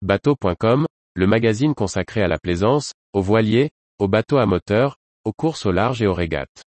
Bateau.com, le magazine consacré à la plaisance, aux voiliers, aux bateaux à moteur, aux courses au large et aux régates.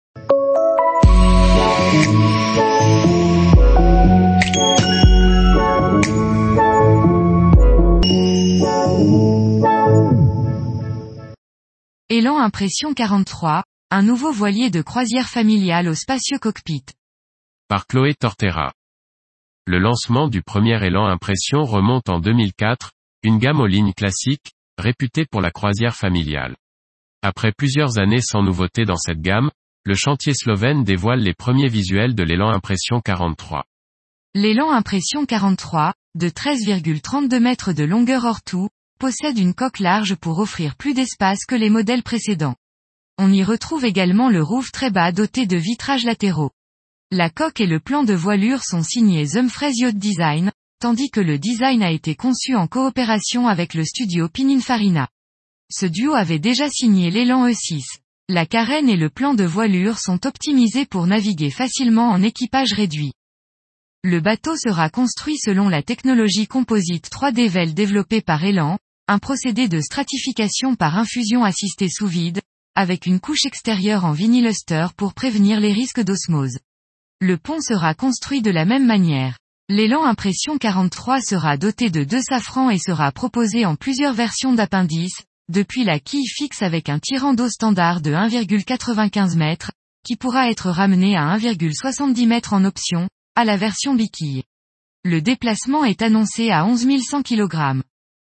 Elan Impression 43, un nouveau voilier de croisière familial au spacieux cockpit. Par Chloé Tortera. Le lancement du premier Elan Impression remonte en 2004, une gamme aux lignes classiques, réputée pour la croisière familiale. Après plusieurs années sans nouveauté dans cette gamme, le chantier slovène dévoile les premiers visuels de l'Elan Impression 43. L'Elan Impression 43, de 13,32 mètres de longueur hors tout, possède une coque large pour offrir plus d'espace que les modèles précédents. On y retrouve également le roof très bas doté de vitrages latéraux. La coque et le plan de voilure sont signés Zumfrez Yacht Design, tandis que le design a été conçu en coopération avec le studio Pininfarina. Ce duo avait déjà signé l'Elan E6. La carène et le plan de voilure sont optimisés pour naviguer facilement en équipage réduit. Le bateau sera construit selon la technologie composite 3D VEL développée par Elan, un procédé de stratification par infusion assistée sous vide, avec une couche extérieure en vinyluster pour prévenir les risques d'osmose. Le pont sera construit de la même manière. L'Elan Impression 43 sera doté de 2 safrans et sera proposé en plusieurs versions d'appendices, depuis la quille fixe avec un tirant d'eau standard de 1,95 m, qui pourra être ramené à 1,70 m en option, à la version biquille. Le déplacement est annoncé à 11 100 kg.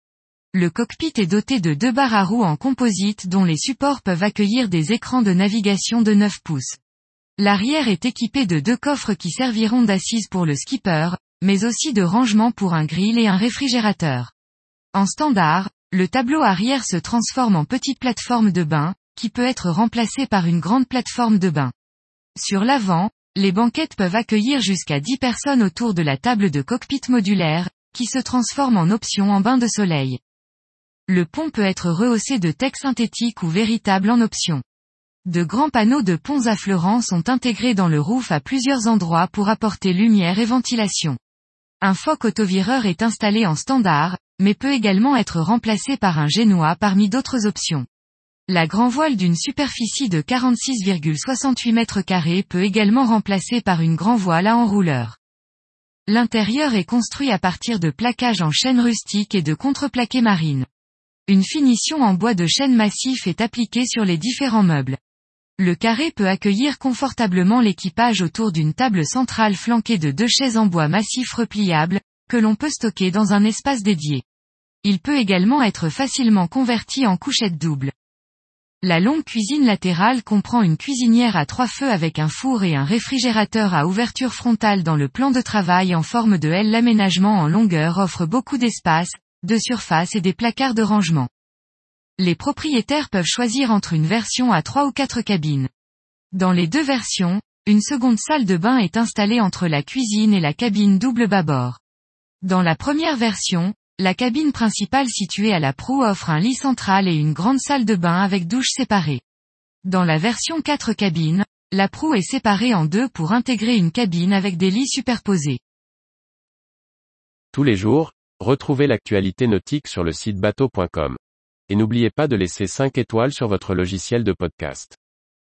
Le cockpit est doté de 2 barres à roues en composite dont les supports peuvent accueillir des écrans de navigation de 9 pouces. L'arrière est équipé de 2 coffres qui serviront d'assises pour le skipper, mais aussi de rangement pour un grill et un réfrigérateur. En standard, le tableau arrière se transforme en petite plateforme de bain, qui peut être remplacée par une grande plateforme de bain. Sur l'avant, les banquettes peuvent accueillir jusqu'à 10 personnes autour de la table de cockpit modulaire, qui se transforme en option en bain de soleil. Le pont peut être rehaussé de teck synthétique ou véritable en option. De grands panneaux de ponts affleurants sont intégrés dans le roof à plusieurs endroits pour apporter lumière et ventilation. Un foc autovireur est installé en standard, mais peut également être remplacé par un génois parmi d'autres options. La grand voile d'une superficie de 46,68 m² peut également remplacer par une grand voile à enrouleur. L'intérieur est construit à partir de plaquages en chêne rustique et de contreplaqué marine. Une finition en bois de chêne massif est appliquée sur les différents meubles. Le carré peut accueillir confortablement l'équipage autour d'une table centrale flanquée de 2 chaises en bois massif repliables, que l'on peut stocker dans un espace dédié. Il peut également être facilement converti en couchette double. La longue cuisine latérale comprend une cuisinière à 3 feux avec un four et un réfrigérateur à ouverture frontale dans le plan de travail en forme de L. L'aménagement en longueur offre beaucoup d'espace, de surface et des placards de rangement. Les propriétaires peuvent choisir entre une version à 3 ou 4 cabines. Dans les 2 versions, une seconde salle de bain est installée entre la cuisine et la cabine double bâbord. Dans la première version, la cabine principale située à la proue offre un lit central et une grande salle de bain avec douche séparée. Dans la version 4 cabines, la proue est séparée en 2 pour intégrer une cabine avec des lits superposés. Tous les jours, retrouvez l'actualité nautique sur le site bateau.com. Et n'oubliez pas de laisser 5 étoiles sur votre logiciel de podcast.